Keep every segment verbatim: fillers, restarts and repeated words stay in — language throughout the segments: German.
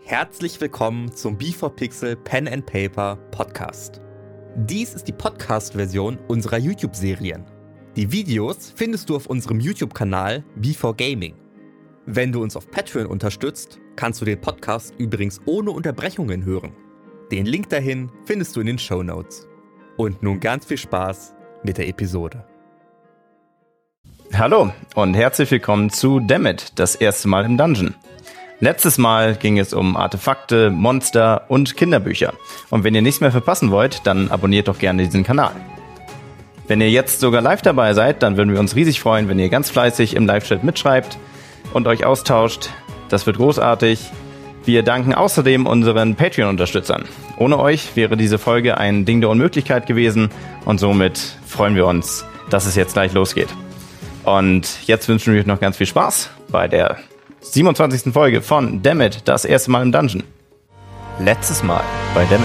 Herzlich willkommen zum B vier Pixel Pen and Paper Podcast. Dies ist die Podcast-Version unserer YouTube-Serien. Die Videos findest du auf unserem YouTube-Kanal B vier Gaming. Wenn du uns auf Patreon unterstützt, kannst du den Podcast übrigens ohne Unterbrechungen hören. Den Link dahin findest du in den Shownotes. Und nun ganz viel Spaß mit der Episode. Hallo und herzlich willkommen zu Dammit, das erste Mal im Dungeon. Letztes Mal ging es um Artefakte, Monster und Kinderbücher. Und wenn ihr nichts mehr verpassen wollt, dann abonniert doch gerne diesen Kanal. Wenn ihr jetzt sogar live dabei seid, dann würden wir uns riesig freuen, wenn ihr ganz fleißig im Live-Chat mitschreibt und euch austauscht. Das wird großartig. Wir danken außerdem unseren Patreon-Unterstützern. Ohne euch wäre diese Folge ein Ding der Unmöglichkeit gewesen und somit freuen wir uns, dass es jetzt gleich losgeht. Und jetzt wünschen wir euch noch ganz viel Spaß bei der siebenundzwanzigsten Folge von Dammit, das erste Mal im Dungeon. Letztes Mal bei Dammit.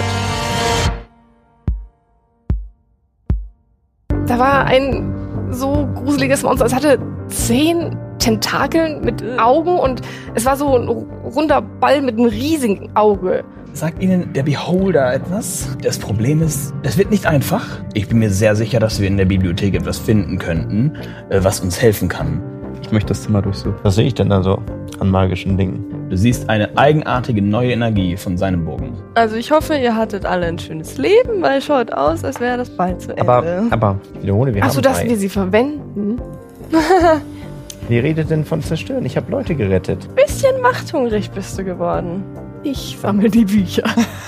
Da war ein so gruseliges Monster. Es hatte zehn Tentakeln mit Augen und es war so ein runder Ball mit einem riesigen Auge. Sagt Ihnen der Beholder etwas? Das Problem ist, es wird nicht einfach. Ich bin mir sehr sicher, dass wir in der Bibliothek etwas finden könnten, was uns helfen kann. Ich möchte das Zimmer durchsuchen. Was sehe ich denn da so an magischen Dingen? Du siehst eine eigenartige neue Energie von seinem Bogen. Also ich hoffe, ihr hattet alle ein schönes Leben, weil es schaut aus, als wäre das bald zu Ende. Aber, aber wiederhole, wir Achso, haben dass drei. wir sie verwenden? Wie redet denn von zerstören? Ich habe Leute gerettet. Bisschen machthungrig bist du geworden. Ich sammle die Bücher.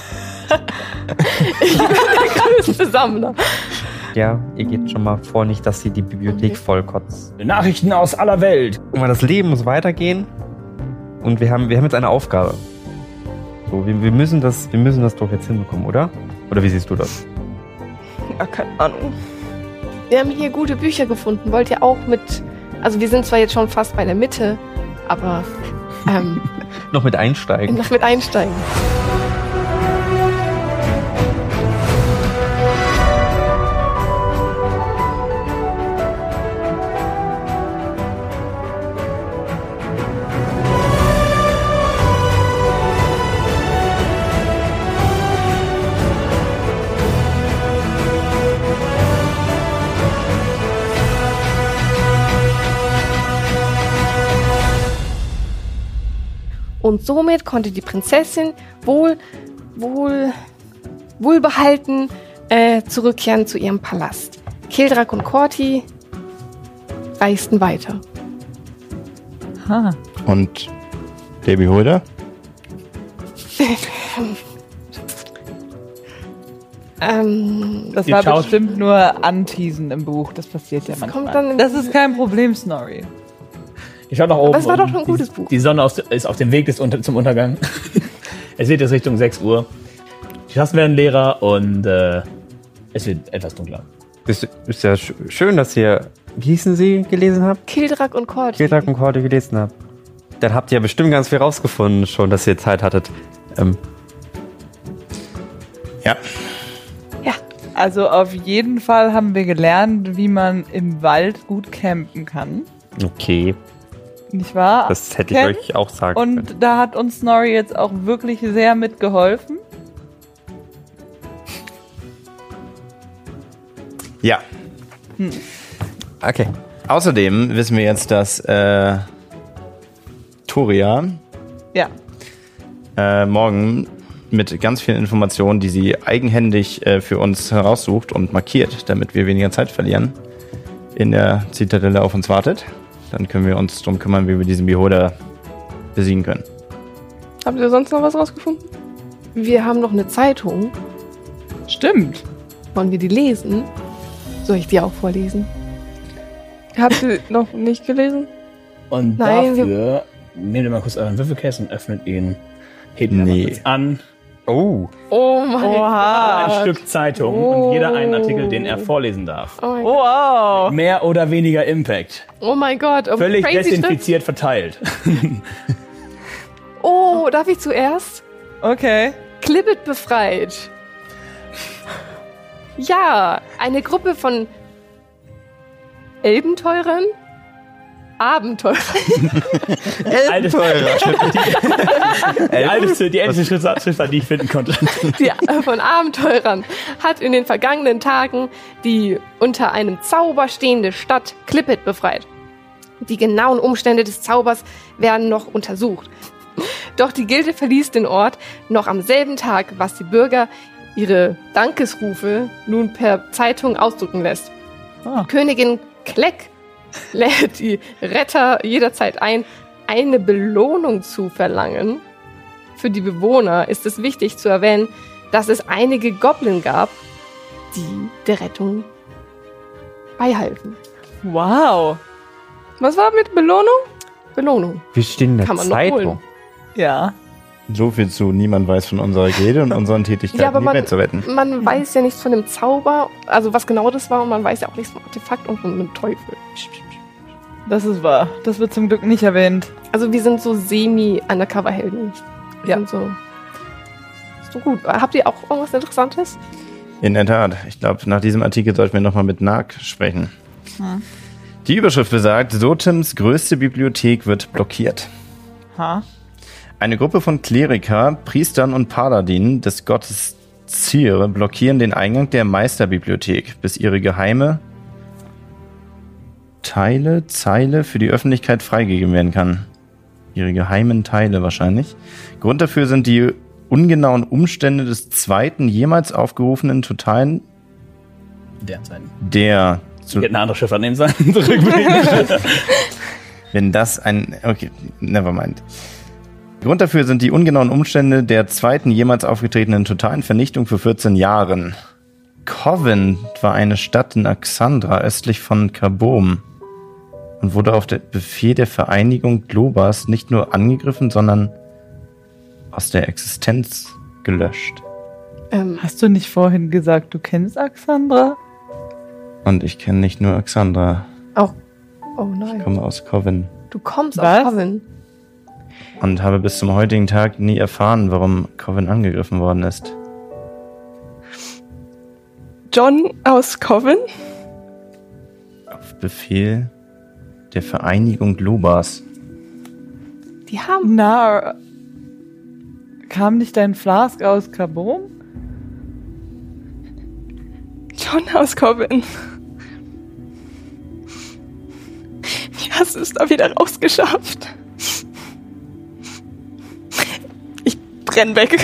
Ich bin der größte Sammler. Ja, ihr geht schon mal vor, nicht, dass sie die Bibliothek Okay. vollkotzt. Nachrichten aus aller Welt. Guck mal, das Leben muss weitergehen und wir haben, wir haben jetzt eine Aufgabe. So, wir, wir, müssen das, wir müssen das doch jetzt hinbekommen, oder? Oder wie siehst du das? Ja, keine Ahnung. Wir haben hier gute Bücher gefunden. Wollt ihr auch mit... Also wir sind zwar jetzt schon fast bei der Mitte, aber ähm, Noch mit einsteigen. noch mit einsteigen. Und somit konnte die Prinzessin wohl, wohl, wohlbehalten äh, zurückkehren zu ihrem Palast. Kildrak und Corti reisten weiter. Ha. Und der Beholder? Ähm, Das Die war Schaus- bestimmt nur Anteasen im Buch. Das passiert ja das manchmal. kommt dann im Das ist kein Problem, Snorri. Ich schau nach oben. Aber es war und doch schon ein die, gutes Buch. Die Sonne aus, ist auf dem Weg des Unter, zum Untergang. Es wird jetzt Richtung sechs Uhr. Die Tassen werden leerer und äh, es wird etwas dunkler. Ist, ist ja sch- schön, dass ihr, wie hießen sie, gelesen habt? Kildrak und Corti. Kildrak und Corti gelesen habt. Dann habt ihr ja bestimmt ganz viel rausgefunden schon, dass ihr Zeit hattet. Ähm, Ja. Also auf jeden Fall haben wir gelernt, wie man im Wald gut campen kann. okay, Nicht wahr? das hätte ich Ken? euch auch sagen können. Und da hat uns Snorri jetzt auch wirklich sehr mitgeholfen. Ja. Okay. Außerdem wissen wir jetzt, dass äh, Toria Ja. äh, morgen mit ganz vielen Informationen, die sie eigenhändig äh, für uns heraussucht und markiert, damit wir weniger Zeit verlieren, in der Zitadelle auf uns wartet. Dann können wir uns darum kümmern, wie wir diesen Beholder besiegen können. Habt ihr sonst noch was rausgefunden? Wir haben noch eine Zeitung. Stimmt. Wollen wir die lesen? Soll ich die auch vorlesen? Habt ihr noch nicht gelesen? Und Nein, dafür nehmt ihr mal kurz euren Würfelkästen und öffnet ihn. Hebt ihn Nee. mal kurz an. Oh, Oh mein Oha. Ein Gott. Stück Zeitung Oh. und jeder einen Artikel, den er vorlesen darf. Oh mein Gott. Wow. Mehr oder weniger Impact. Oh mein Gott. Oh, Völlig crazy Schrift. desinfiziert verteilt. Oh, darf ich zuerst? Okay. Klibbet befreit. Ja, eine Gruppe von Elbenteurern Abenteurer. Elbenteurer. Die älteste, die älteste Schrift, Schrift, die ich finden konnte. Die von Abenteurern hat in den vergangenen Tagen die unter einem Zauber stehende Stadt Clippet befreit. Die genauen Umstände des Zaubers werden noch untersucht. Doch die Gilde verließ den Ort noch am selben Tag, was die Bürger ihre Dankesrufe nun per Zeitung ausdrucken lässt. Ah. Königin Kleck lädt die Retter jederzeit ein, eine Belohnung zu verlangen. Für die Bewohner ist es wichtig zu erwähnen, dass es einige Goblin gab, die der Rettung beihalten. Wow. Was war mit Belohnung? Belohnung. Wir stehen in der Kann man noch Zeitung. holen. Ja. So viel zu niemand weiß von unserer Gilde und unseren Tätigkeiten, Ja, aber die man, Welt zu retten. man weiß ja nichts von dem Zauber, also was genau das war, und man weiß ja auch nichts vom Artefakt und von dem Teufel. Das ist wahr. Das wird zum Glück nicht erwähnt. Also wir sind so semi-Undercover-Helden. Wir Ja. sind so, so gut. Habt ihr auch irgendwas Interessantes? In der Tat. Ich glaube, nach diesem Artikel sollten wir nochmal mit Nark sprechen. Hm. Die Überschrift besagt, Sotems größte Bibliothek wird blockiert. Ha? Eine Gruppe von Kleriker, Priestern und Paladinen des Gottes Zir blockieren den Eingang der Meisterbibliothek, bis ihre geheime Teile, Zeile für die Öffentlichkeit freigegeben werden kann. Ihre geheimen Teile wahrscheinlich. Grund dafür sind die ungenauen Umstände des zweiten jemals aufgerufenen totalen Der Zeiten. der zu, Die hätten eine andere Schifffahrt nehmen sollen. Zurückbringen. wenn das ein okay, nevermind. Grund dafür sind die ungenauen Umstände der zweiten jemals aufgetretenen totalen Vernichtung vor vierzehn Jahren. Coven war eine Stadt in Axandra östlich von Kabom und wurde auf der Befehl der Vereinigung Globas nicht nur angegriffen, sondern aus der Existenz gelöscht. Ähm, Hast du nicht vorhin gesagt, du kennst Axandra? Und ich kenne nicht nur Axandra, auch. Oh ich nein. komme aus Coven Du kommst Was? aus Coven. und habe bis zum heutigen Tag nie erfahren, warum Coven angegriffen worden ist. John aus Coven? Auf Befehl der Vereinigung Globas. Die haben. Na, kam nicht dein Flask aus Kabom? John aus Coven. Wie hast du es da wieder rausgeschafft? Ich brenn weg.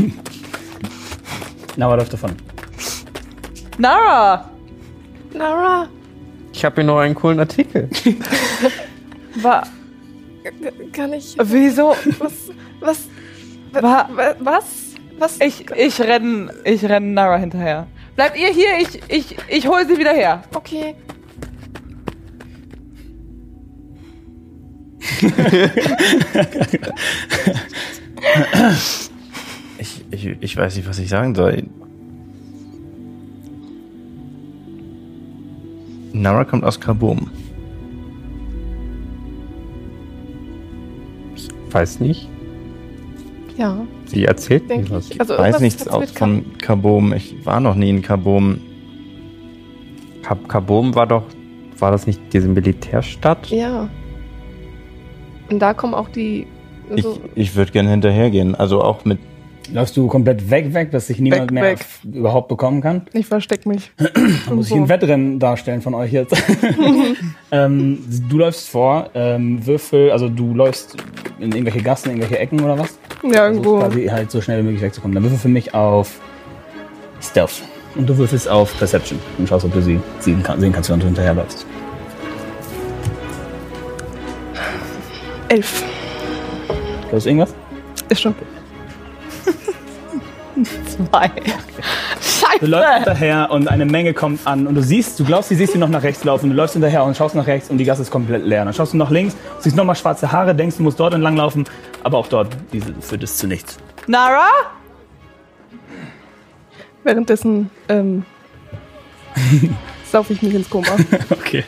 Na, aber läuft davon. Nara! Nara, Ich habe hier noch einen coolen Artikel. Wa kann ich. wieso? Was? Was? Wa wa- Was? Was? ich ich renn, ich renn Nara hinterher. Bleibt ihr hier? Ich, ich, ich hol sie wieder her. Okay. Ich, ich, ich weiß nicht, was ich sagen soll. Nara kommt aus Kabom. Weiß nicht. Ja, Sie erzählt mir denke was. ich. Also Ich weiß irgendwas nichts hat's auch mit von Kabom. Ich war noch nie in Kabom. Kab Kabom war doch, war das nicht diese Militärstadt? Ja. Und da kommen auch die. Ich, Also, ich würde gerne hinterhergehen. Also auch mit. Läufst du komplett weg, weg, dass sich niemand Weg, mehr weg. f- überhaupt bekommen kann? Ich versteck mich. Dann muss ich ein Wettrennen darstellen von euch jetzt. ähm, du läufst vor, ähm, Würfel, also du läufst in irgendwelche Gassen, irgendwelche Ecken oder was? Ja, Versuchst irgendwo. quasi halt so schnell wie möglich wegzukommen. Dann würfel für mich auf Stealth. Und du würfelst auf Perception und schaust, ob du sie sehen, kann, sehen kannst, während du hinterherläufst. elf. Glaubst du irgendwas? Ist schon. Zwei. Du läufst hinterher und eine Menge kommt an und du siehst, du glaubst, du siehst sie noch nach rechts laufen. Du läufst hinterher und schaust nach rechts und die Gasse ist komplett leer. Dann schaust du nach links, siehst nochmal schwarze Haare, denkst, du musst dort entlang laufen, aber auch dort diese, führt es zu nichts. Nara? Währenddessen ähm, saufe ich mich ins Koma. Okay.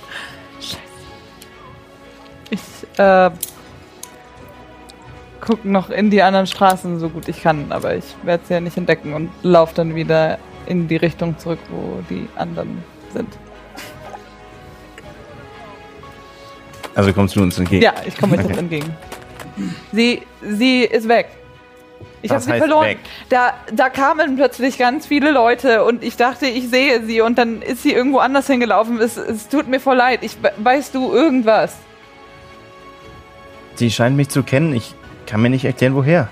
Ich äh, guck noch in die anderen Straßen so gut ich kann, aber ich werde sie ja nicht entdecken und laufe dann wieder in die Richtung zurück, wo die anderen sind. Also kommst du uns entgegen? Ja, ich komme jetzt Okay. uns entgegen. Sie, sie ist weg. Ich habe Was sie heißt verloren. weg? Da, da kamen plötzlich ganz viele Leute und ich dachte, ich sehe sie und dann ist sie irgendwo anders hingelaufen. Es, es tut mir voll leid. Ich, weißt du irgendwas? Sie scheint mich zu kennen. Ich kann mir nicht erklären, woher.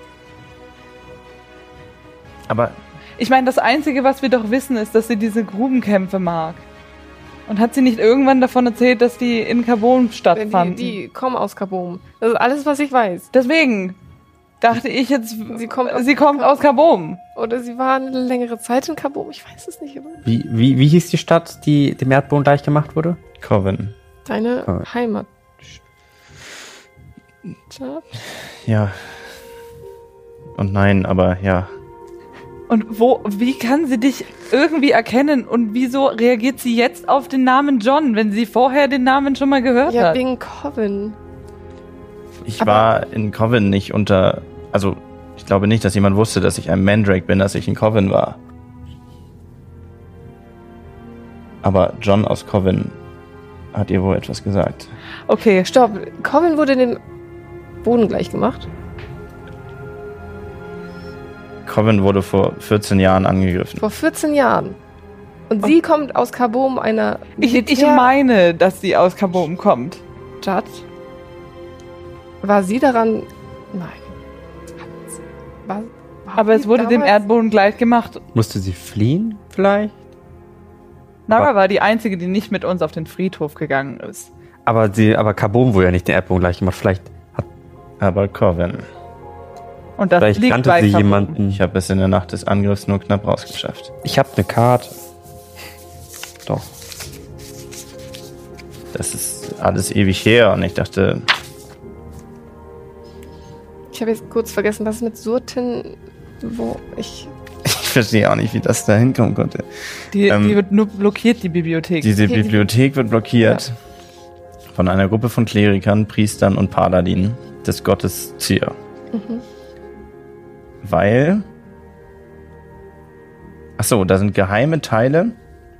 Aber Ich meine, das Einzige, was wir doch wissen, ist, dass sie diese Grubenkämpfe mag. Und hat sie nicht irgendwann davon erzählt, dass die in Carbon stattfanden? Die, die kommen aus Carbon. Das ist alles, was ich weiß. Deswegen dachte ich jetzt, Sie kommt aus sie kommt aus Carbon. Oder sie war eine längere Zeit in Carbon. Ich weiß es nicht. Aber Wie, wie, wie hieß die Stadt, die dem Erdboden gleich gemacht wurde? Coven. deine Ah. Heimat. Stadt? Ja. Und nein, aber ja. Und wo, wie kann sie dich irgendwie erkennen und wieso reagiert sie jetzt auf den Namen John, wenn sie vorher den Namen schon mal gehört Ja, hat? wegen Coven. Ich Aber- war in Coven nicht unter... Also, ich glaube nicht, dass jemand wusste, dass ich ein Mandrake bin, dass ich in Coven war. Aber John aus Coven hat ihr wohl etwas gesagt. Okay, Stopp. Coven wurde dem Boden gleich gemacht. Coven wurde vor vierzehn Jahren angegriffen. Vor vierzehn Jahren. Und sie kommt aus Carbon, einer ich, ich Militär- meine, dass sie aus Carbon kommt. Stadt. War sie daran... Nein. Hat sie- War, war Aber es sie wurde dem damals- Erdboden gleich gemacht. Musste sie fliehen, vielleicht? Nara war die Einzige, die nicht mit uns auf den Friedhof gegangen ist. Aber, sie, aber Carbon wurde ja nicht den Erdboden gleich gemacht. Vielleicht, hat, Aber Coven. Und das vielleicht liegt kannte bei sie Carbon. jemanden. Ich habe es in der Nacht des Angriffs nur knapp rausgeschafft. Ich habe eine Karte. Doch. Das ist alles ewig her und ich dachte, Ich habe jetzt kurz vergessen, was mit Surten... Wo ich... ich verstehe auch nicht, wie das da hinkommen konnte. Die, Ähm, die wird nur blockiert, die Bibliothek. Diese Okay, die- Bibliothek wird blockiert von einer Gruppe von Klerikern, Priestern und Paladinen des Gottes Tyr. Mhm. Weil... Achso, da sind geheime Teile.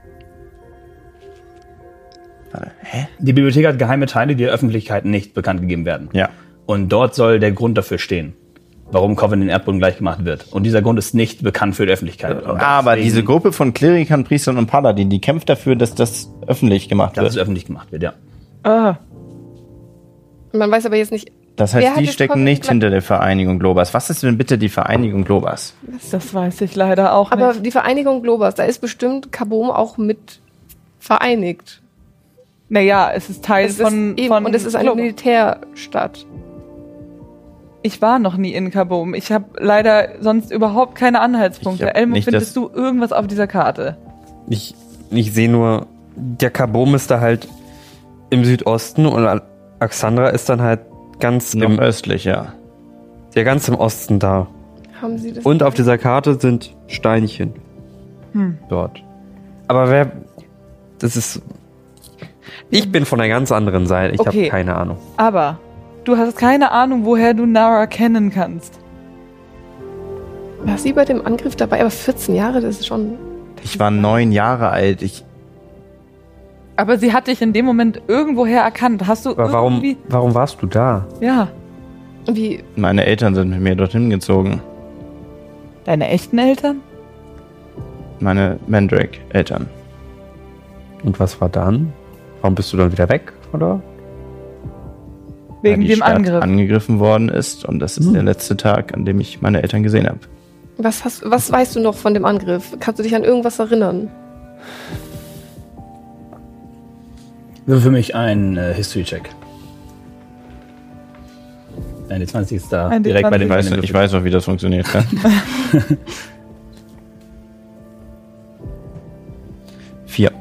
Warte, hä? Die Bibliothek hat geheime Teile, die der Öffentlichkeit nicht bekannt gegeben werden. Ja. Und dort soll der Grund dafür stehen, warum Coven den Erdboden gleich gemacht wird. Und dieser Grund ist nicht bekannt für die Öffentlichkeit. Und Aber deswegen- diese Gruppe von Klerikern, Priestern und Paladinen, die kämpft dafür, dass das öffentlich gemacht dass es wird. öffentlich gemacht wird, ja. Ah, Man weiß aber jetzt nicht... Das Wer heißt, hat die jetzt stecken Coven nicht gleich- hinter der Vereinigung Globas. Was ist denn bitte die Vereinigung Globas? das weiß ich leider auch Aber nicht. die Vereinigung Globas, da ist bestimmt Carbon auch mit vereinigt. Naja, es ist Teil Es von, ist eben, von und es ist eine Globus. Militärstadt. Ich war noch nie in Carbon. Ich habe leider sonst überhaupt keine Ich Anhaltspunkte. hab Elmo, nicht findest das- du irgendwas auf dieser Karte? Ich, ich sehe nur, der Carbon ist da halt im Südosten und Al- Alexandra ist dann halt ganz Noch im, östlich, ja. ja, ganz im Osten da. Haben sie das? Und auf dieser Karte sind Steinchen. Hm. Dort. Aber wer. Das ist. Ich bin von einer ganz anderen Seite. Ich Okay. habe keine Ahnung. Aber du hast keine Ahnung, woher du Nara kennen kannst. War sie bei dem Angriff dabei? Aber vierzehn Jahre, das ist schon... Ich war neun Jahre alt. Ich, Aber sie hat dich in dem Moment irgendwoher erkannt. Hast du Aber warum, irgendwie... warum warst du da? Ja, Wie... meine Eltern sind mit mir dorthin gezogen. deine echten Eltern? Meine Mandrake-Eltern. Und was war dann? Warum bist du dann wieder weg, oder? Wegen weil die dem Stadt Angriff. angegriffen worden ist und das ist Hm. der letzte Tag, an dem ich meine Eltern gesehen habe. Was, hast, was weißt du noch von dem Angriff? Kannst du dich an irgendwas erinnern? Wäre für mich ein äh, History-Check. Ein D zwanzig ist da Ein D direkt bei zwanzig. den Ich weiß, ich weiß auch, wie das funktioniert. Ja? Vier.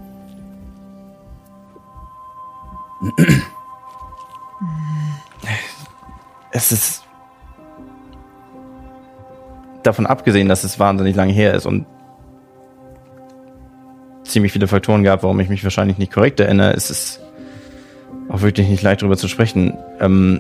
Es ist davon abgesehen, dass es wahnsinnig lange her ist und ziemlich viele Faktoren gab, warum ich mich wahrscheinlich nicht korrekt erinnere, ist es auch wirklich nicht leicht, darüber zu sprechen. Ähm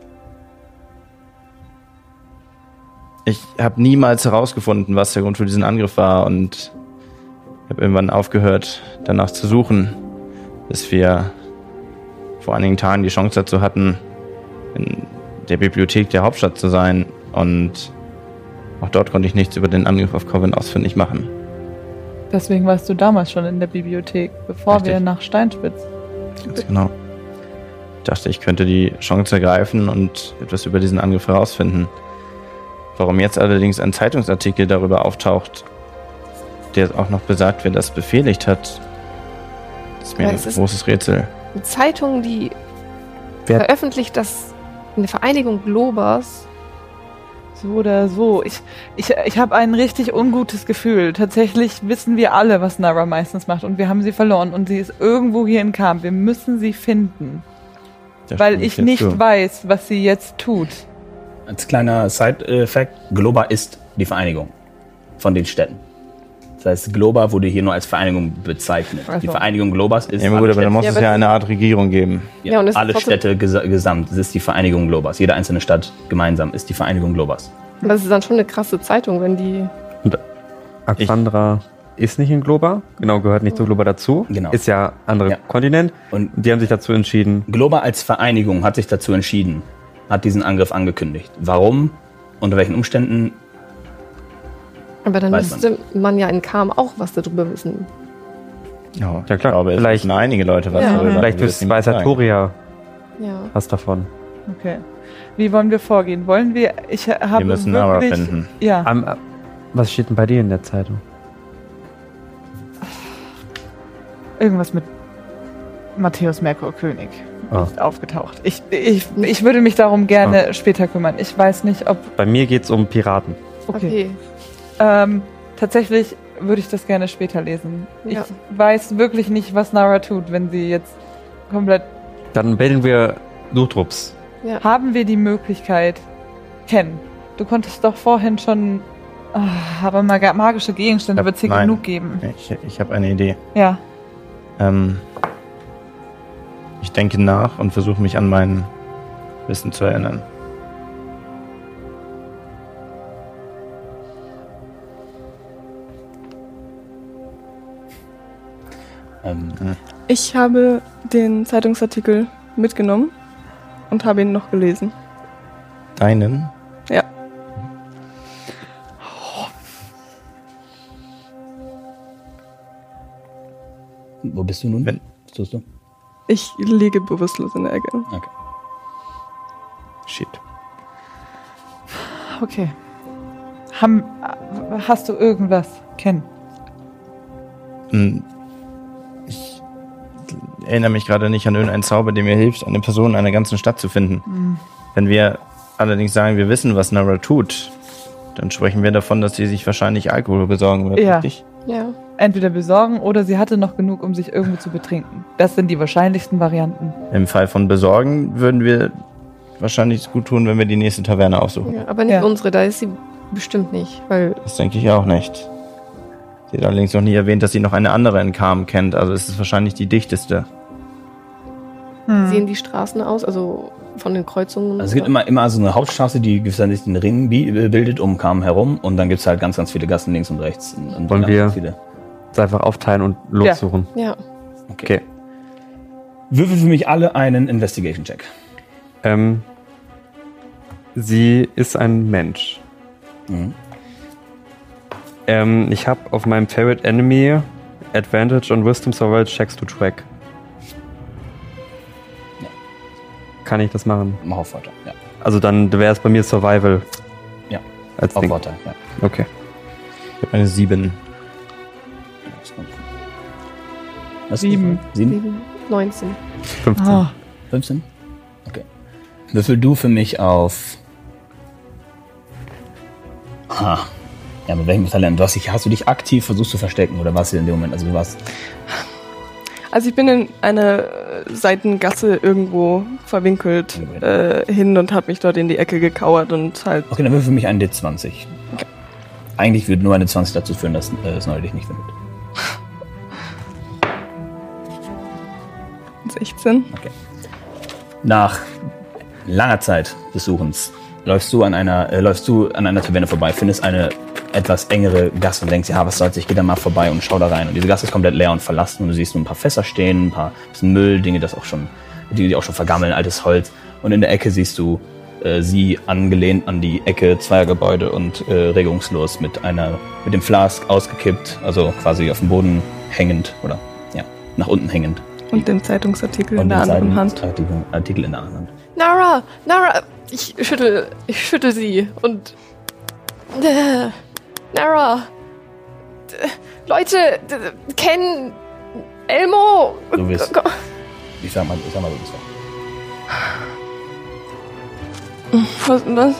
ich habe niemals herausgefunden, was der Grund für diesen Angriff war und habe irgendwann aufgehört, danach zu suchen, bis wir vor einigen Tagen die Chance dazu hatten, in der Bibliothek der Hauptstadt zu sein. Und auch dort konnte ich nichts über den Angriff auf Coven ausfindig machen. Deswegen warst du damals schon in der Bibliothek, bevor Richtig. wir nach Steinspitz. Ganz genau. Ich dachte, ich könnte die Chance ergreifen und etwas über diesen Angriff herausfinden. Warum jetzt allerdings ein Zeitungsartikel darüber auftaucht, der auch noch besagt, wer das befehligt hat, ist mir Ja, ein es ist- großes Rätsel. Eine Zeitung, die Wer- veröffentlicht, dass eine Vereinigung Globers. So oder so. Ich, ich, ich habe ein richtig ungutes Gefühl. Tatsächlich wissen wir alle, was Nara meistens macht. Und wir haben sie verloren. Und sie ist irgendwo hier in Camp. Wir müssen sie finden. Da Weil stimme ich dir nicht zu. weiß, was sie jetzt tut. Als kleiner Side-Fact, Globa ist die Vereinigung von den Städten. Das heißt, Globa wurde hier nur als Vereinigung bezeichnet. Also. Die Vereinigung Globas ist Ja, gut, alle aber dann muss Ja, es aber ja es- eine Art Regierung geben. Ja, und es ist alle trotzdem- Städte gesa gesamt. Das ist die Vereinigung Globas. Jede einzelne Stadt gemeinsam ist die Vereinigung Globas. Das ist dann schon eine krasse Zeitung, wenn die. Axandra ist nicht in Globa, genau, gehört nicht zu Globa dazu. Genau. Ist ja anderer Ja. Kontinent. Und Und die haben sich dazu entschieden. Globa als Vereinigung hat sich dazu entschieden, hat diesen Angriff angekündigt. Warum, unter welchen Umständen, Aber dann Weiß müsste man ja in Kam auch was darüber wissen. Ja, Ja, klar. Ich glaube, es Vielleicht- wissen einige Leute was Ja. darüber. Vielleicht Wir weiß wissen weiß nicht Artoria Ja. was davon. Okay. Wie wollen wir vorgehen? Wollen wir. Ich habe Wir müssen Nara wirklich, finden. Ja. Ähm, äh, was steht denn bei dir in der Zeitung? Irgendwas mit Matthäus Merkur König. Ah. Ist aufgetaucht. Ich, ich, ich würde mich darum gerne später kümmern. Ich weiß nicht, ob. Bei mir geht es um Piraten. Okay. Okay. Ähm, tatsächlich würde ich das gerne später lesen. Ja. Ich weiß wirklich nicht, was Nara tut, wenn sie jetzt komplett. Dann bilden wir Suchtrupps. Ja. Haben wir die Möglichkeit, Ken, du konntest doch vorhin schon. Ah, aber mag- magische Gegenstände Ja, wird es hier nein. genug geben. Ich, ich habe eine Idee. Ja. Ähm, ich denke nach und versuche mich an mein Wissen zu erinnern. ähm, Ich habe den Zeitungsartikel mitgenommen und habe ihn noch gelesen. Deinen? Ja. wo bist du nun? Wenn- Was tust du? Ich liege bewusstlos in der Ecke. Okay. Shit. Okay. Haben, hast du irgendwas, Ken? Hm, Ich erinnere mich gerade nicht an irgendeinen Zauber, der mir hilft, eine Person in einer ganzen Stadt zu finden. Wenn wir allerdings sagen, wir wissen, was Nara tut, dann sprechen wir davon, dass sie sich wahrscheinlich Alkohol besorgen wird, Ja. richtig? Ja. Entweder besorgen oder sie hatte noch genug, um sich irgendwo zu betrinken. Das sind die wahrscheinlichsten Varianten. Im Fall von besorgen würden wir wahrscheinlich gut tun, wenn wir die nächste Taverne aufsuchen. Ja, aber nicht Ja. unsere, da ist sie bestimmt nicht, weil Das denke ich auch nicht. Sie hat allerdings noch nie erwähnt, dass sie noch eine andere in Kam kennt, also ist es wahrscheinlich die dichteste. Hm. sehen die Straßen aus, also von den Kreuzungen. Also es gibt immer, immer so eine Hauptstraße, die gewissermaßen den Ring bi- bildet um Kam herum und dann gibt es halt ganz, ganz viele Gassen links und rechts. Und, und Wollen ganz, wir- ganz viele. Das einfach aufteilen und lossuchen. Ja. Okay. Würfel für mich alle einen Investigation-Check. Ähm, sie ist ein Mensch. Mhm. Ähm, ich habe auf meinem Favorite Enemy Advantage on Wisdom Survival Checks to Track. Ja. Kann ich das machen? Mach auf Vorteil, ja. Also dann wäre es bei mir Survival. Ja. Als Auf Ding. Vorteil, ja. Okay. Ich habe eine sieben. Was? Sieben. Sieben? Sieben, neunzehn. fünfzehn. Ah, fünfzehn? Okay. Würfel du für mich auf. Ha. Ja, mit welchem Talent? Du hast, dich, hast du dich aktiv versucht zu verstecken oder warst du in dem Moment? Also du warst. Also ich bin in eine äh, Seitengasse irgendwo verwinkelt äh, hin und habe mich dort in die Ecke gekauert und halt Okay, dann würfel für mich einen D zwanzig. Okay. Eigentlich würde nur eine zwanzig dazu führen, dass äh, Snorri dich nicht findet. sechzehn. Nach langer Zeit des Suchens läufst du an einer, äh, läufst du an einer Taverne vorbei, findest eine etwas engere Gasse und denkst, ja, was soll's, ich gehe da mal vorbei und schau da rein. Und diese Gasse ist komplett leer und verlassen und du siehst nur ein paar Fässer stehen, ein paar bisschen Müll, Dinge, das auch schon die, die auch schon vergammeln, altes Holz. Und in der Ecke siehst du äh, sie angelehnt an die Ecke zweier Gebäude und äh, regungslos mit einer mit dem Flask ausgekippt, also quasi auf dem Boden hängend oder ja, nach unten hängend. Und den Zeitungsartikel Und in der den anderen Hand. Artikel, Artikel in der anderen Hand. Nara, Nara, ich schüttel, ich schüttel sie und äh, Nara, d- Leute, d- d- Ken, Elmo. Du bist, ich sag mal, ich sag mal, du bist weg. Was? Was?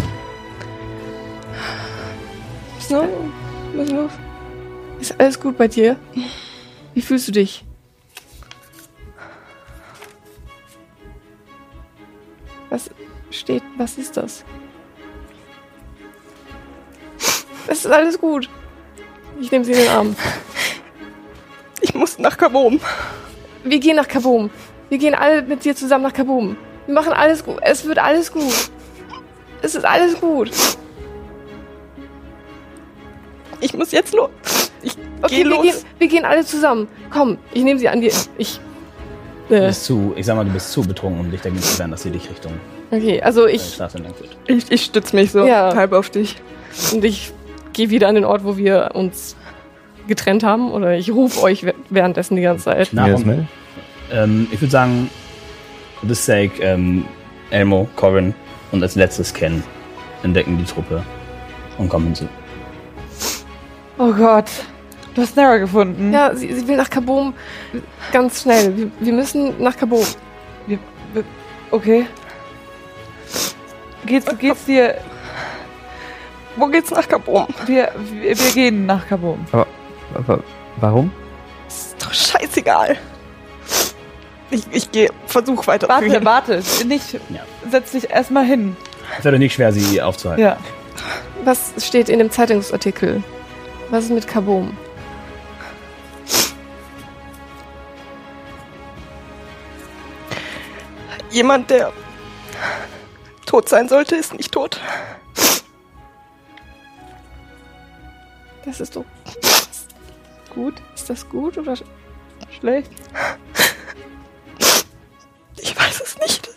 So? Was ist los? Ist alles gut bei dir? Wie fühlst du dich? Was steht, was ist das? Es ist alles gut. Ich nehme sie in den Arm. Ich muss nach Kaboom. Wir gehen nach Kaboom. Wir gehen alle mit dir zusammen nach Kaboom. Wir machen alles gut. Es wird alles gut. Es ist alles gut. Ich muss jetzt los. Ich Okay, geh wir los. gehen, wir gehen alle zusammen. Komm, ich nehme sie an dir. Ich. Du Äh, bist zu, ich sag mal, du bist zu betrunken, um dich dagegen zu wehren, dass sie dich Richtung okay, also äh, ich. Straße entlang führt. Ich, ich stütze mich so Ja. halb auf dich. Und ich gehe wieder an den Ort, wo wir uns getrennt haben. Oder ich rufe euch w- währenddessen die ganze Zeit. Nach Ja, und, Mel? ähm, ich würde sagen, for the sake, ähm, Elmo, Corin und als letztes Ken entdecken die Truppe und kommen hinzu. Oh Gott. Du hast Nara gefunden. Ja, sie, sie will nach Kaboom. Ganz schnell. Wir, wir müssen nach Kaboom. Wir, wir, okay. Geht's, geht's dir... Wo geht's nach Kaboom? Wir, wir, wir gehen nach Kaboom. Aber warum? Ist doch scheißegal. Ich, ich gehe, versuch weiter. Warte, warte. Nicht... Ja. Setz dich erstmal hin. Es wird doch nicht schwer, sie aufzuhalten. Ja. Was steht in dem Zeitungsartikel? Was ist mit Kaboom? Jemand, der tot sein sollte, ist nicht tot. Das ist doch gut. Ist das gut oder sch- Schlecht. Ich weiß es nicht.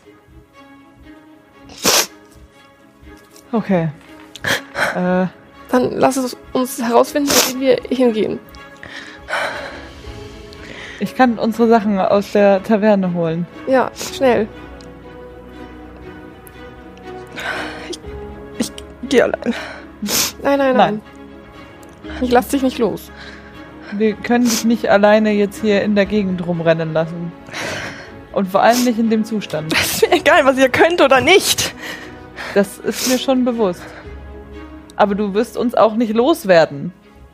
Okay. Äh, Dann lass es uns herausfinden, wo wir hingehen. ich kann unsere Sachen aus der Taverne holen. Ja, schnell. Geh allein. Nein, nein, nein. Nein. Ich lass dich nicht los. Wir können dich nicht alleine jetzt hier in der Gegend rumrennen lassen. Und vor allem nicht in dem Zustand. Ist mir egal, was ihr könnt oder nicht. Das ist mir schon bewusst. Aber du wirst uns auch nicht loswerden.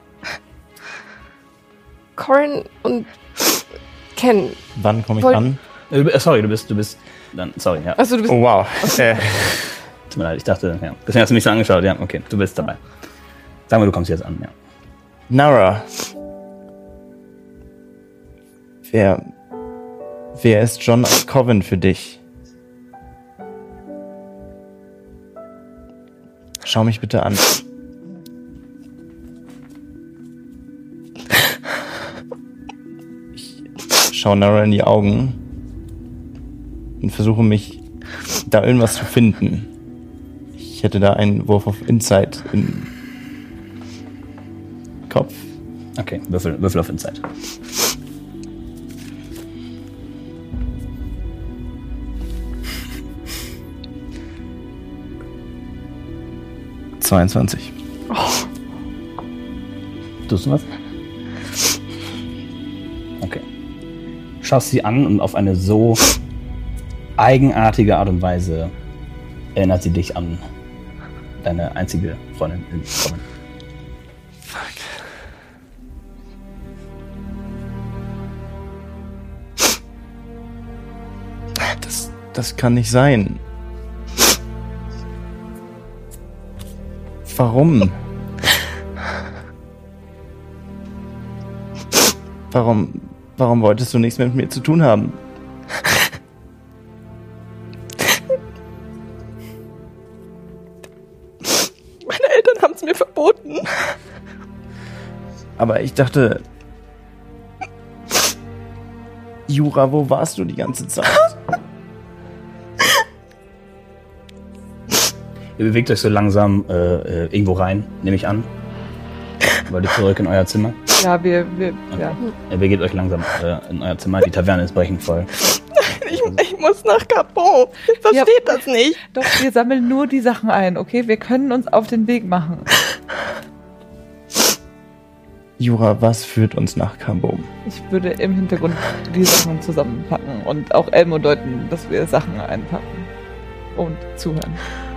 Corin und Ken. Wann komme ich Wollt- an? Äh, du- äh, sorry, du bist, du bist, dann, sorry, ja. Also du bist. Oh, wow. Äh, Tut mir leid, ich dachte, ja. Deswegen hast du mich so angeschaut, ja, okay, du bist dabei. Sag mal, du kommst jetzt an, ja. Nara. Wer. Wer ist John Coven für dich? Schau mich bitte an. Ich schaue Nara in die Augen und versuche mich da irgendwas zu finden. Ich hätte da einen Wurf auf Insight im Kopf. Okay, Würfel, Würfel auf Insight. zweiundzwanzig. Tust du was? Okay. Schaust sie an und auf eine so eigenartige Art und Weise erinnert sie dich an deine einzige Freundin in Coven. Das, das kann nicht sein. Warum? Warum, warum wolltest du nichts mehr mit mir zu tun haben? Meine Eltern haben es mir verboten. Aber ich dachte... Jura, wo warst du die ganze Zeit? Ihr bewegt euch so langsam äh, äh, irgendwo rein, nehme ich an. Wollt ihr zurück in euer Zimmer? Ja, wir, wir Okay. ja. Ihr begeht euch langsam äh, in euer Zimmer. Die Taverne ist brechend voll. Ich, ich muss nach Capon. Versteht Ja. das nicht? Doch, wir sammeln nur die Sachen ein, okay? Wir können uns auf den Weg machen. Jura, was führt uns nach Kabum? Ich würde im Hintergrund die Sachen zusammenpacken und auch Elmo deuten, dass wir Sachen einpacken und zuhören.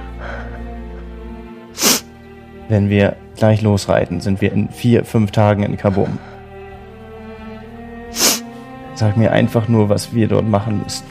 Wenn wir gleich losreiten, sind wir in vier, fünf Tagen in Kabum. Sag mir einfach nur, was wir dort machen müssen.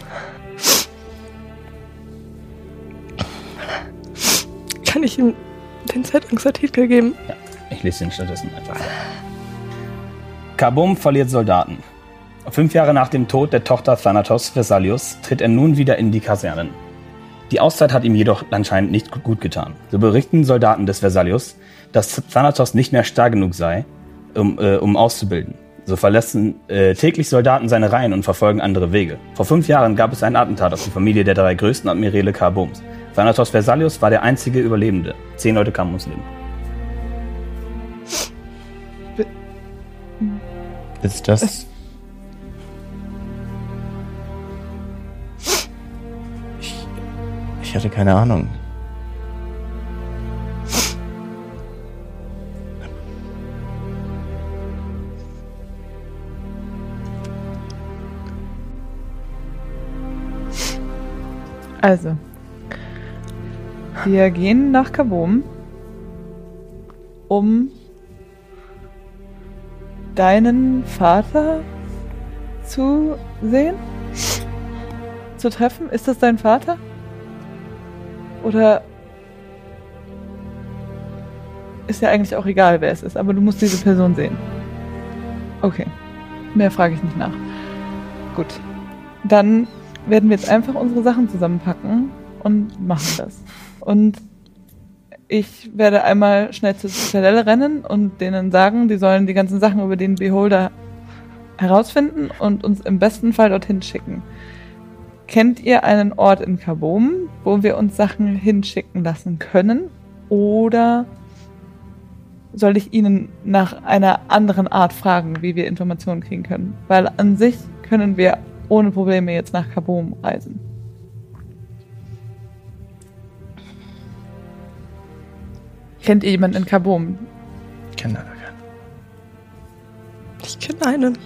Kann ich ihm den Zeitungsartikel geben? Ja, ich lese den stattdessen einfach vor. Kabum verliert Soldaten. Fünf Jahre nach dem Tod der Tochter Thanatos Vesalius tritt er nun wieder in die Kasernen. Die Auszeit hat ihm jedoch anscheinend nicht gut getan. So berichten Soldaten des Vesalius, dass Thanatos nicht mehr stark genug sei, um, äh, um auszubilden. So verlassen äh, täglich Soldaten seine Reihen und verfolgen andere Wege. Vor fünf Jahren gab es ein Attentat auf die Familie der drei größten Admirale Kabums. Thanatos Vesalius war der einzige Überlebende. Zehn Leute kamen ums Leben. Ist das... Ich, ich hatte keine Ahnung. Also, wir gehen nach Kabum, um deinen Vater zu sehen? Zu treffen? Ist das dein Vater? Oder ist ja eigentlich auch egal, wer es ist, aber du musst diese Person sehen. Okay. Mehr frage ich nicht nach. Gut. Dann werden wir jetzt einfach unsere Sachen zusammenpacken und machen das. Und ich werde einmal schnell zur Zitadelle rennen und denen sagen, die sollen die ganzen Sachen über den Beholder herausfinden und uns im besten Fall dorthin schicken. Kennt ihr einen Ort in Kabum, wo wir uns Sachen hinschicken lassen können? Oder soll ich Ihnen nach einer anderen Art fragen, wie wir Informationen kriegen können? Weil an sich können wir ohne Probleme jetzt nach Kabum reisen. Kennt ihr jemanden in Kabum? Ich kenne leider keinen. Ich kenne einen.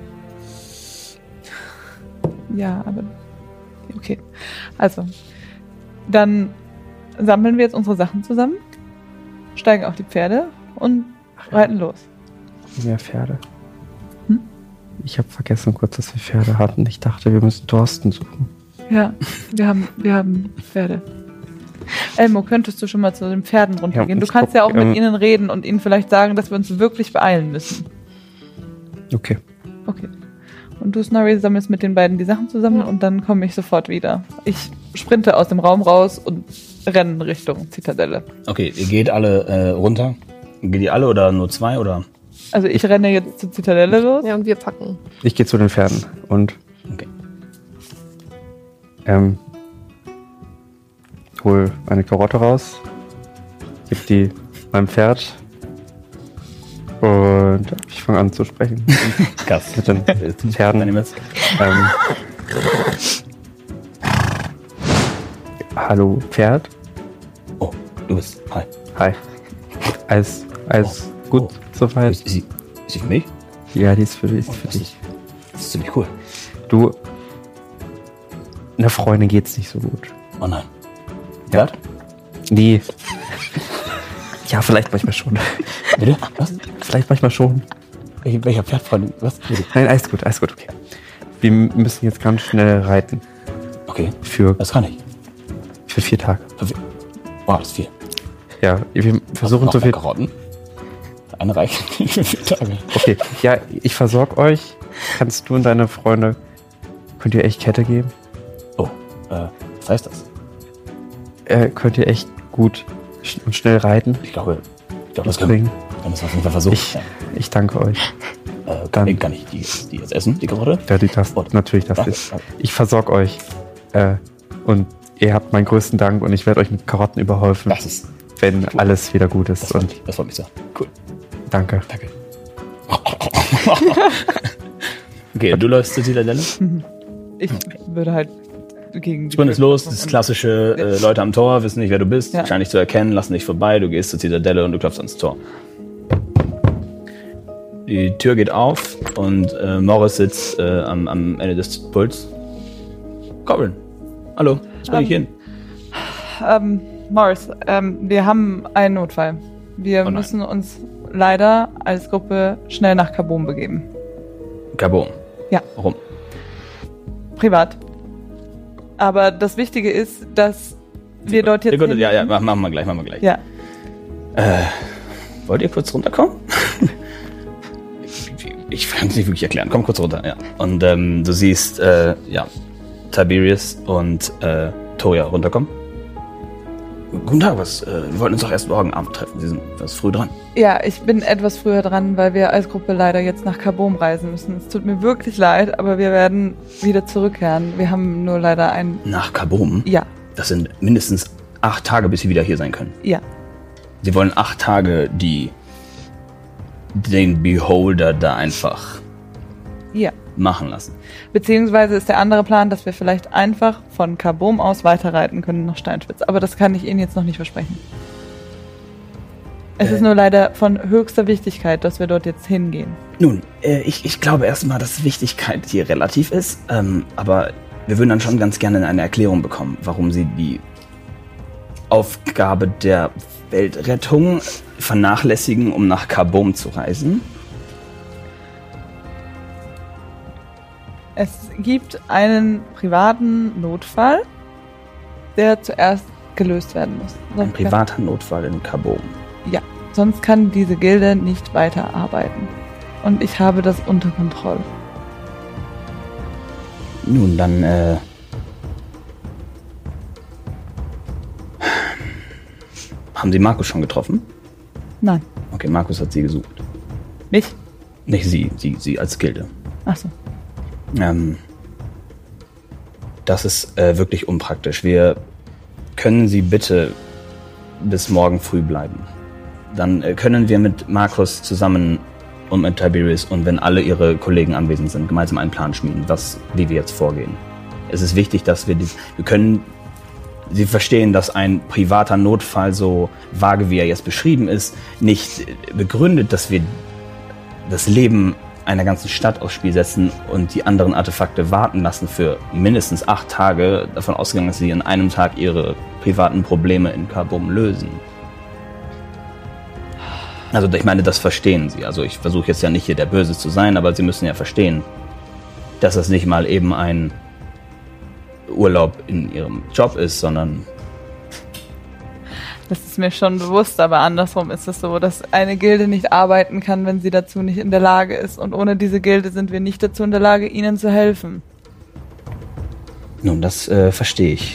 Ja, aber... Okay. Also, dann sammeln wir jetzt unsere Sachen zusammen, steigen auf die Pferde und reiten los. Mehr Pferde. Hm? Ich habe vergessen kurz, dass wir Pferde hatten. Ich dachte, wir müssen Thorsten suchen. Ja, wir haben, wir haben Pferde. Elmo, könntest du schon mal zu den Pferden runtergehen? Ja, Du kannst guck, ja auch mit ähm, ihnen reden und ihnen vielleicht sagen, dass wir uns wirklich beeilen müssen. Okay. Okay. Und du, Snorri, sammelst mit den beiden die Sachen zusammen Ja. und dann komme ich sofort wieder. Ich sprinte aus dem Raum raus und renne Richtung Zitadelle. Okay, ihr geht alle äh, runter. Geht ihr alle oder nur zwei oder? Also ich renne jetzt zur Zitadelle los. Ja, und wir packen. Ich gehe zu den Pferden und Okay. ähm, hol eine Karotte raus, gib die meinem Pferd und ich fange an zu sprechen. Krass. Mit den Pferden. Animals. Ähm, hallo Pferd. Oh, du bist. Hi. Hi. Alles, alles Oh, gut oh. soweit? Ist, ist, sie, ist sie für mich? Ja, die ist für dich. Oh, Ist für das, dich. ist, das ist ziemlich cool. Du, einer Freundin geht's nicht so gut. Oh nein. Ja. Pferd? Nee. Ja, vielleicht manchmal schon. Bitte? Was? Vielleicht manchmal schon. Welcher, welcher Pferdfreund? Was? Bitte? Nein, alles gut, alles gut. Okay. Wir müssen jetzt ganz schnell reiten. Okay, Für, das kann ich. für vier Tage. Wow, das ist viel. Ja, wir versuchen Noch so mehr viel. Karotten? Eine reicht nicht für vier Tage. Okay, ja, ich versorge euch. Kannst du und deine Freunde. Könnt ihr echt Kette geben? Oh, äh, was heißt das? Äh, könnt ihr echt gut sch und schnell reiten? Ich glaube, ich glaube, das können wir. Bringen? Können das auf jeden Fall versuchen. Ich, ich danke euch. äh, kann, dann- kann ich die, die jetzt essen, die Karotte? Ja, die das, Oh, natürlich das danke, ist. danke. Ich versorge euch. Äh, und ihr habt meinen größten Dank und ich werde euch mit Karotten überhäufen, Das ist, wenn alles wieder gut ist. das freut Und mich, das freut mich sehr. Cool, danke. danke. Okay, du läufst zur Zitadelle. Ich würde halt gegen... die- Sprint ist los, das klassische äh, Leute am Tor, wissen nicht, wer du bist, Ja. scheinen dich zu erkennen, lassen dich vorbei, du gehst zur Zitadelle und du klopfst ans Tor. Die Tür geht auf und äh, Morris sitzt äh, am, am Ende des Puls. Goblin, hallo, was bring ich hin? Ähm, Morris, ähm, wir haben einen Notfall. Wir Oh nein. müssen uns leider als Gruppe schnell nach Carbon begeben. Carbon. Ja. Warum? Privat. Aber das Wichtige ist, dass wir dort jetzt... Ja, gut, hin- ja, ja, machen machen wir gleich, machen wir gleich. Ja. Wollt ihr kurz runterkommen? Ich kann es nicht wirklich erklären. Komm kurz runter, ja. Und ähm, du siehst, äh, ja, Tiberius und äh, Toria runterkommen. Guten Tag, was? Äh, wir wollten uns doch erst morgen Abend treffen. Sie sind etwas früh dran. Ja, ich bin etwas früher dran, weil wir als Gruppe leider jetzt nach Carbon reisen müssen. Es tut mir wirklich leid, aber wir werden wieder zurückkehren. Wir haben nur leider ein... Nach Carbon? Ja, Das sind mindestens acht Tage, bis sie wieder hier sein können. ja. Sie wollen acht Tage die den Beholder da einfach Ja. machen lassen. Beziehungsweise ist der andere Plan, dass wir vielleicht einfach von Carbon aus weiterreiten können nach Steinspitz. Aber das kann ich Ihnen jetzt noch nicht versprechen. Es Äh. ist nur leider von höchster Wichtigkeit, dass wir dort jetzt hingehen. Nun, äh, ich, ich glaube erstmal, dass Wichtigkeit hier relativ ist, ähm, aber wir würden dann schon ganz gerne eine Erklärung bekommen, warum Sie die Aufgabe der Weltrettung vernachlässigen, um nach Carbon zu reisen. Es gibt einen privaten Notfall, der zuerst gelöst werden muss. Ein Sonst kann, privater Notfall in Carbon. ja, sonst kann diese Gilde nicht weiterarbeiten. Und ich habe das unter Kontrolle. Nun, dann, äh... haben Sie Markus schon getroffen? Nein, Okay, Markus hat Sie gesucht. nicht? Nicht Sie, Sie, Sie als Gilde. Ach so. Ähm, das ist äh, wirklich unpraktisch. Wir können Sie bitte bis morgen früh bleiben. Dann äh, können wir mit Markus zusammen und mit Tiberius und wenn alle Ihre Kollegen anwesend sind, gemeinsam einen Plan schmieden, was, wie wir jetzt vorgehen. Es ist wichtig, dass wir die, wir können, Sie verstehen, dass ein privater Notfall, so vage wie er jetzt beschrieben ist, nicht begründet, dass wir das Leben einer ganzen Stadt aufs Spiel setzen und die anderen Artefakte warten lassen für mindestens acht Tage, davon ausgegangen, dass sie an einem Tag ihre privaten Probleme in Carbon lösen. Also ich meine, das verstehen Sie. Also ich versuche jetzt ja nicht hier der Böse zu sein, aber Sie müssen ja verstehen, dass das nicht mal eben ein Urlaub in Ihrem Job ist, sondern Das ist mir schon bewusst, aber andersrum ist es so, dass eine Gilde nicht arbeiten kann, wenn sie dazu nicht in der Lage ist. Und ohne diese Gilde sind wir nicht dazu in der Lage, ihnen zu helfen. nun, das äh, verstehe ich.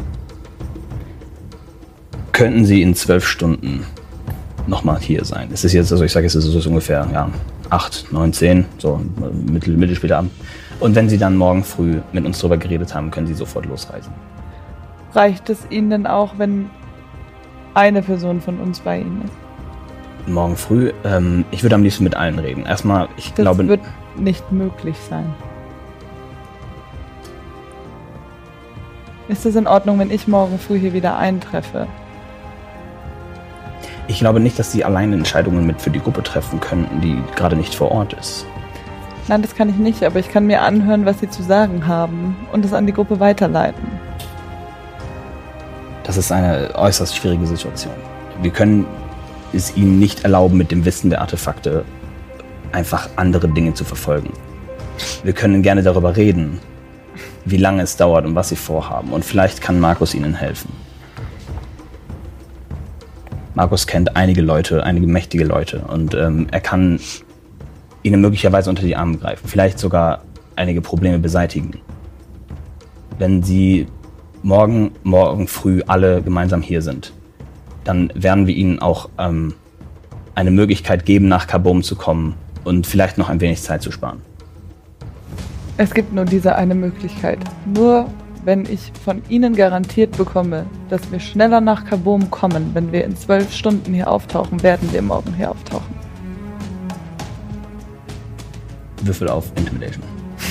Könnten Sie in zwölf Stunden nochmal hier sein? Es ist jetzt, also ich sage, es ist so ungefähr ja, acht, neun, zehn, so mittel, mittel später Abend. Und wenn Sie dann morgen früh mit uns drüber geredet haben, können Sie sofort losreisen. Reicht es Ihnen denn auch, wenn eine Person von uns bei Ihnen ist? Morgen früh, ähm, ich würde am liebsten mit allen reden. Erstmal, ich Das glaube, wird nicht möglich sein. Ist es in Ordnung, wenn ich morgen früh hier wieder eintreffe? ich glaube nicht, dass Sie alleine Entscheidungen mit für die Gruppe treffen könnten, die gerade nicht vor Ort ist. Nein, das kann ich nicht, aber ich kann mir anhören, was Sie zu sagen haben und es an die Gruppe weiterleiten. Das ist eine äußerst schwierige Situation. Wir können es Ihnen nicht erlauben, mit dem Wissen der Artefakte einfach andere Dinge zu verfolgen. Wir können gerne darüber reden, wie lange es dauert und was Sie vorhaben. Und vielleicht kann Markus Ihnen helfen. Markus kennt einige Leute, einige mächtige Leute. Und ähm, er kann Ihnen möglicherweise unter die Arme greifen. Vielleicht sogar einige Probleme beseitigen. Wenn Sie morgen, morgen früh alle gemeinsam hier sind, dann werden wir Ihnen auch ähm, eine Möglichkeit geben, nach Carbon zu kommen und vielleicht noch ein wenig Zeit zu sparen. Es gibt nur diese eine Möglichkeit. Nur wenn ich von Ihnen garantiert bekomme, dass wir schneller nach Kaboom kommen, wenn wir in zwölf Stunden hier auftauchen, werden wir morgen hier auftauchen. Würfel auf Intimidation.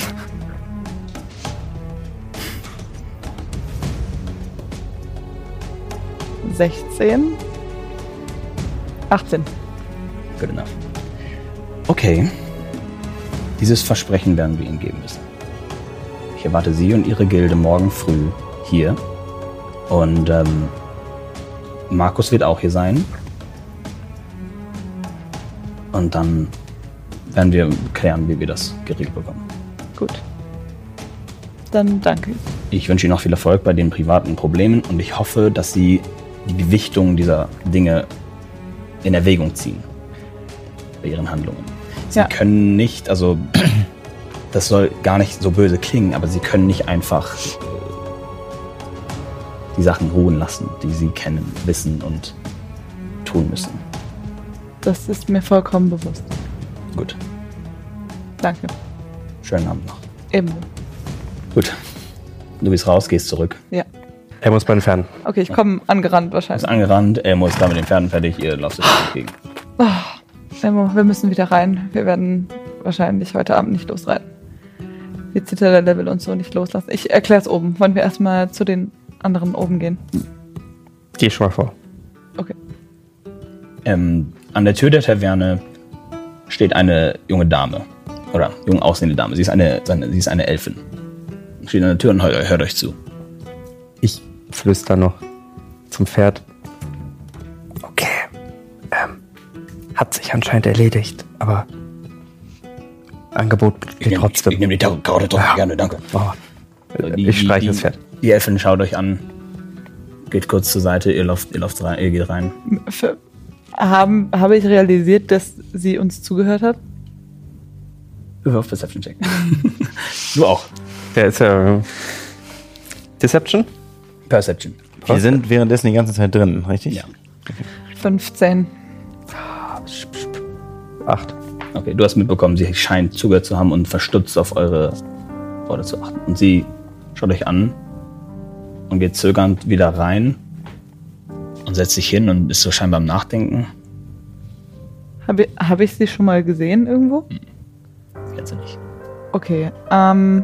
sechzehn. achtzehn. Good enough. Okay. Dieses Versprechen werden wir Ihnen geben müssen. Ich erwarte Sie und Ihre Gilde morgen früh hier. Und ähm, Markus wird auch hier sein. Und dann werden wir klären, wie wir das geregelt bekommen. Gut. Dann danke. Ich wünsche Ihnen noch viel Erfolg bei den privaten Problemen und ich hoffe, dass Sie die Gewichtung dieser Dinge in Erwägung ziehen bei Ihren Handlungen. Sie Ja. können nicht, also das soll gar nicht so böse klingen, aber Sie können nicht einfach äh, die Sachen ruhen lassen, die Sie kennen, wissen und tun müssen. Das ist mir vollkommen bewusst. Gut, Danke. schönen Abend noch. Ebenso. Gut, du gehst raus, gehst zurück. Ja. Er muss bei den Pferden. Okay, ich komme angerannt Er wahrscheinlich. ist angerannt, er muss da mit den Pferden fertig, ihr lauft euch entgegen. Emmo, wir müssen wieder rein. Wir werden wahrscheinlich heute Abend nicht losreiten. Die Zitadelle will uns so nicht loslassen. Ich erkläre es oben. Wollen wir erstmal zu den anderen oben gehen? Geh schon mal vor. Okay. Ähm, an der Tür der Taverne steht eine junge Dame. Oder jung aussehende Dame. Sie ist eine, seine, sie ist eine Elfin. Steht an der Tür und hört, hört euch zu. Ich flüster noch zum Pferd. Okay. Ähm, hat sich anscheinend erledigt, aber Angebot steht trotzdem. Ich nehme die Karotte doch Ja. gerne, danke. Oh. Die- Ich streiche die- das Pferd. Die Elfin schaut euch an, geht kurz zur Seite, ihr lauft, ihr lauft rein, ihr geht rein. Für, haben, habe ich realisiert, dass sie uns zugehört hat? Würfel auf Perception Check. Du auch. Der ist ja. Deception? Perception. Wir sind währenddessen die ganze Zeit drin, richtig? Ja. fünfzehn. Acht. Okay, du hast mitbekommen, sie scheint zugehört zu haben und verstutzt auf eure Worte zu achten. Und sie schaut euch an und geht zögernd wieder rein und setzt sich hin und ist so scheinbar am Nachdenken. Habe ich, hab ich sie schon mal gesehen irgendwo? Das kennst du nicht. Okay, ähm...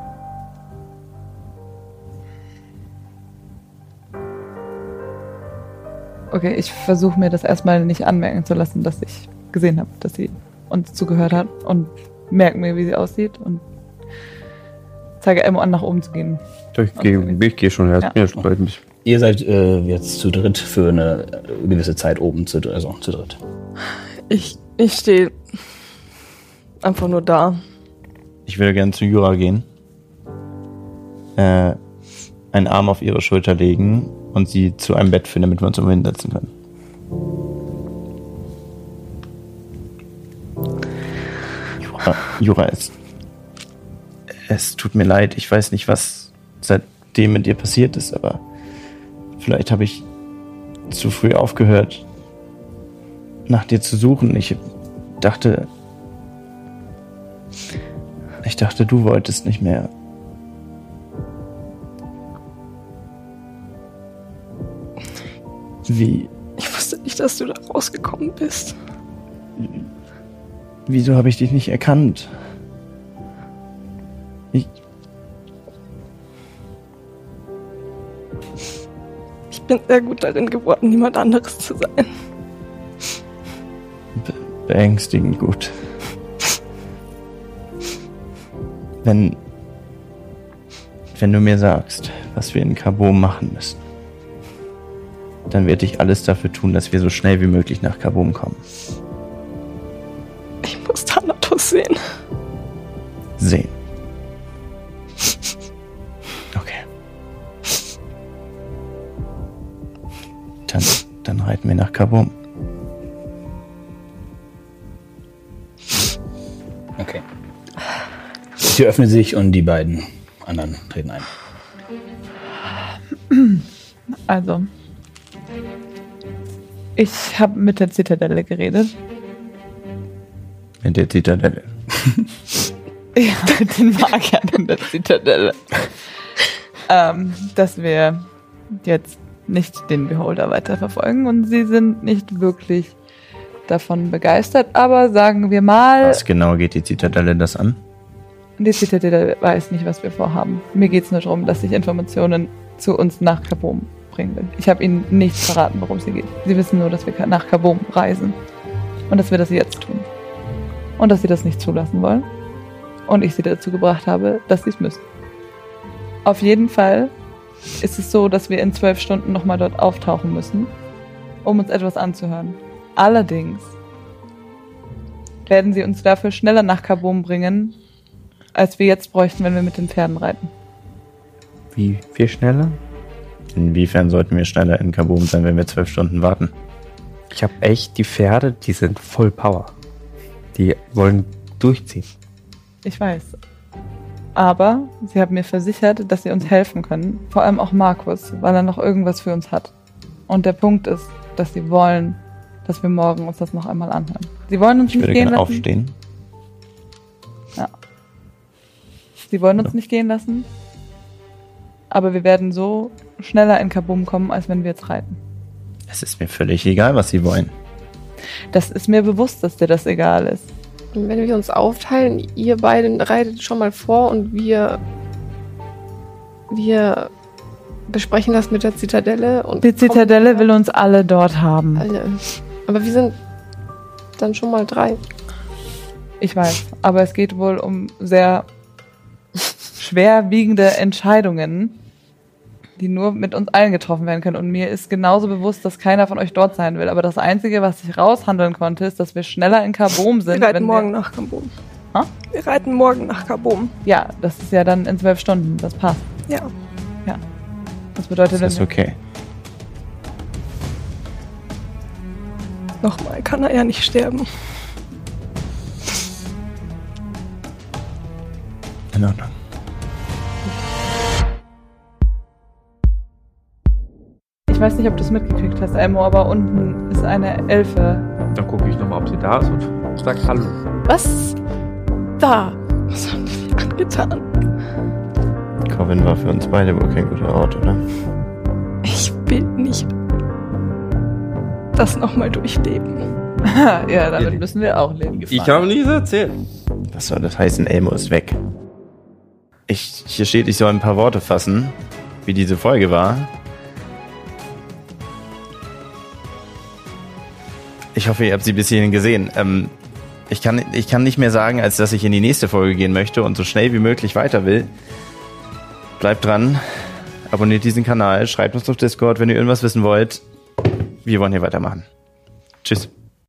Okay, ich versuche mir das erstmal nicht anmerken zu lassen, dass ich gesehen habe, dass sie uns zugehört hat und merke mir, wie sie aussieht und zeige Emmo an, nach oben zu gehen. Ich gehe ich geh schon, ja. Ja. Mir freut mich. Ihr seid äh, jetzt zu dritt für eine äh, gewisse Zeit oben, zu, dr- also zu dritt. Ich, ich stehe einfach nur da. Ich würde gerne zu Jura gehen, äh, einen Arm auf ihre Schulter legen und sie zu einem Bett führen, damit wir uns irgendwo hinsetzen können. Jura, Jura es, es tut mir leid, ich weiß nicht, was seitdem mit dir passiert ist, aber vielleicht habe ich zu früh aufgehört, nach dir zu suchen. Ich dachte, ich dachte, du wolltest nicht mehr. Wie, Ich wusste nicht, dass du da rausgekommen bist. wieso habe ich dich nicht erkannt? Ich, Ich bin sehr gut darin geworden, niemand anderes zu sein. be beängstigend gut. Wenn, wenn du mir sagst, was wir in Kaboom machen müssen, dann werde ich alles dafür tun, dass wir so schnell wie möglich nach Kaboom kommen. Ich muss Thanatos sehen. Sehen. Okay. Dann, dann reiten wir nach Kaboom. Okay. Die Tür öffnet sich und die beiden anderen treten ein. Also, ich habe mit der Zitadelle geredet. Mit der Zitadelle. Ja, mit den Magiern in der Zitadelle. ähm, dass wir jetzt nicht den Beholder weiterverfolgen und sie sind nicht wirklich davon begeistert, aber sagen wir mal... Was genau geht die Zitadelle das an? Die Zitadelle weiß nicht, was wir vorhaben. Mir geht es nur darum, dass ich Informationen zu uns nach Kabom bringen will. Ich habe ihnen nichts verraten, worum es hier geht. Sie wissen nur, dass wir nach Kabom reisen und dass wir das jetzt tun. Und dass sie das nicht zulassen wollen. Und ich sie dazu gebracht habe, dass sie es müssen. Auf jeden Fall ist es so, dass wir in zwölf Stunden nochmal dort auftauchen müssen, um uns etwas anzuhören. Allerdings werden sie uns dafür schneller nach Kabom bringen, als wir jetzt bräuchten, wenn wir mit den Pferden reiten. Wie viel schneller? Inwiefern sollten wir schneller in Kabom sein, wenn wir zwölf Stunden warten? Ich habe echt die Pferde, die sind voll Power. Die wollen durchziehen. Ich weiß. Aber sie haben mir versichert, dass sie uns helfen können. Vor allem auch Markus, weil er noch irgendwas für uns hat. Und der Punkt ist, dass sie wollen, dass wir morgen uns das noch einmal anhören. Sie wollen uns Ich nicht würde gehen gerne lassen. aufstehen. Ja. Sie wollen uns nicht gehen lassen. Aber wir werden so schneller in Kabum kommen, als wenn wir jetzt reiten. Es ist mir völlig egal, was sie wollen. Das ist mir bewusst, dass dir das egal ist. Und wenn wir uns aufteilen, ihr beide reitet schon mal vor und wir wir besprechen das mit der Zitadelle. Und Die Zitadelle will uns alle dort haben. alle. Aber wir sind dann schon mal drei. Ich weiß, aber es geht wohl um sehr schwerwiegende Entscheidungen, die nur mit uns allen getroffen werden können. Und mir ist genauso bewusst, dass keiner von euch dort sein will. Aber das Einzige, was ich raushandeln konnte, ist, dass wir schneller in Kabom sind. Wir reiten wenn morgen wir nach Kabom. Ha? Wir reiten morgen nach Kabom. Ja, das ist ja dann in zwölf Stunden. Das passt. Ja. Das bedeutet, Das wenn ist wir okay. Nochmal kann er ja nicht sterben. In Ordnung. Ich weiß nicht, ob du es mitgekriegt hast, Elmo, aber unten ist eine Elfe. Dann gucke ich nochmal, ob sie da ist und sag Hallo. Was? Da. Was haben die angetan? Corvin war für uns beide wohl kein guter Ort, oder? Ich will nicht das nochmal durchleben. Ja, damit müssen wir auch leben. Ich habe nichts erzählt. Was soll das heißen? Elmo ist weg. Ich, hier steht, ich soll ein paar Worte fassen, wie diese Folge war. Ich hoffe, ihr habt sie bis hierhin gesehen. Ähm, ich kann, ich kann nicht mehr sagen, als dass ich in die nächste Folge gehen möchte und so schnell wie möglich weiter will. Bleibt dran, abonniert diesen Kanal, schreibt uns auf Discord, wenn ihr irgendwas wissen wollt. Wir wollen hier weitermachen. Tschüss.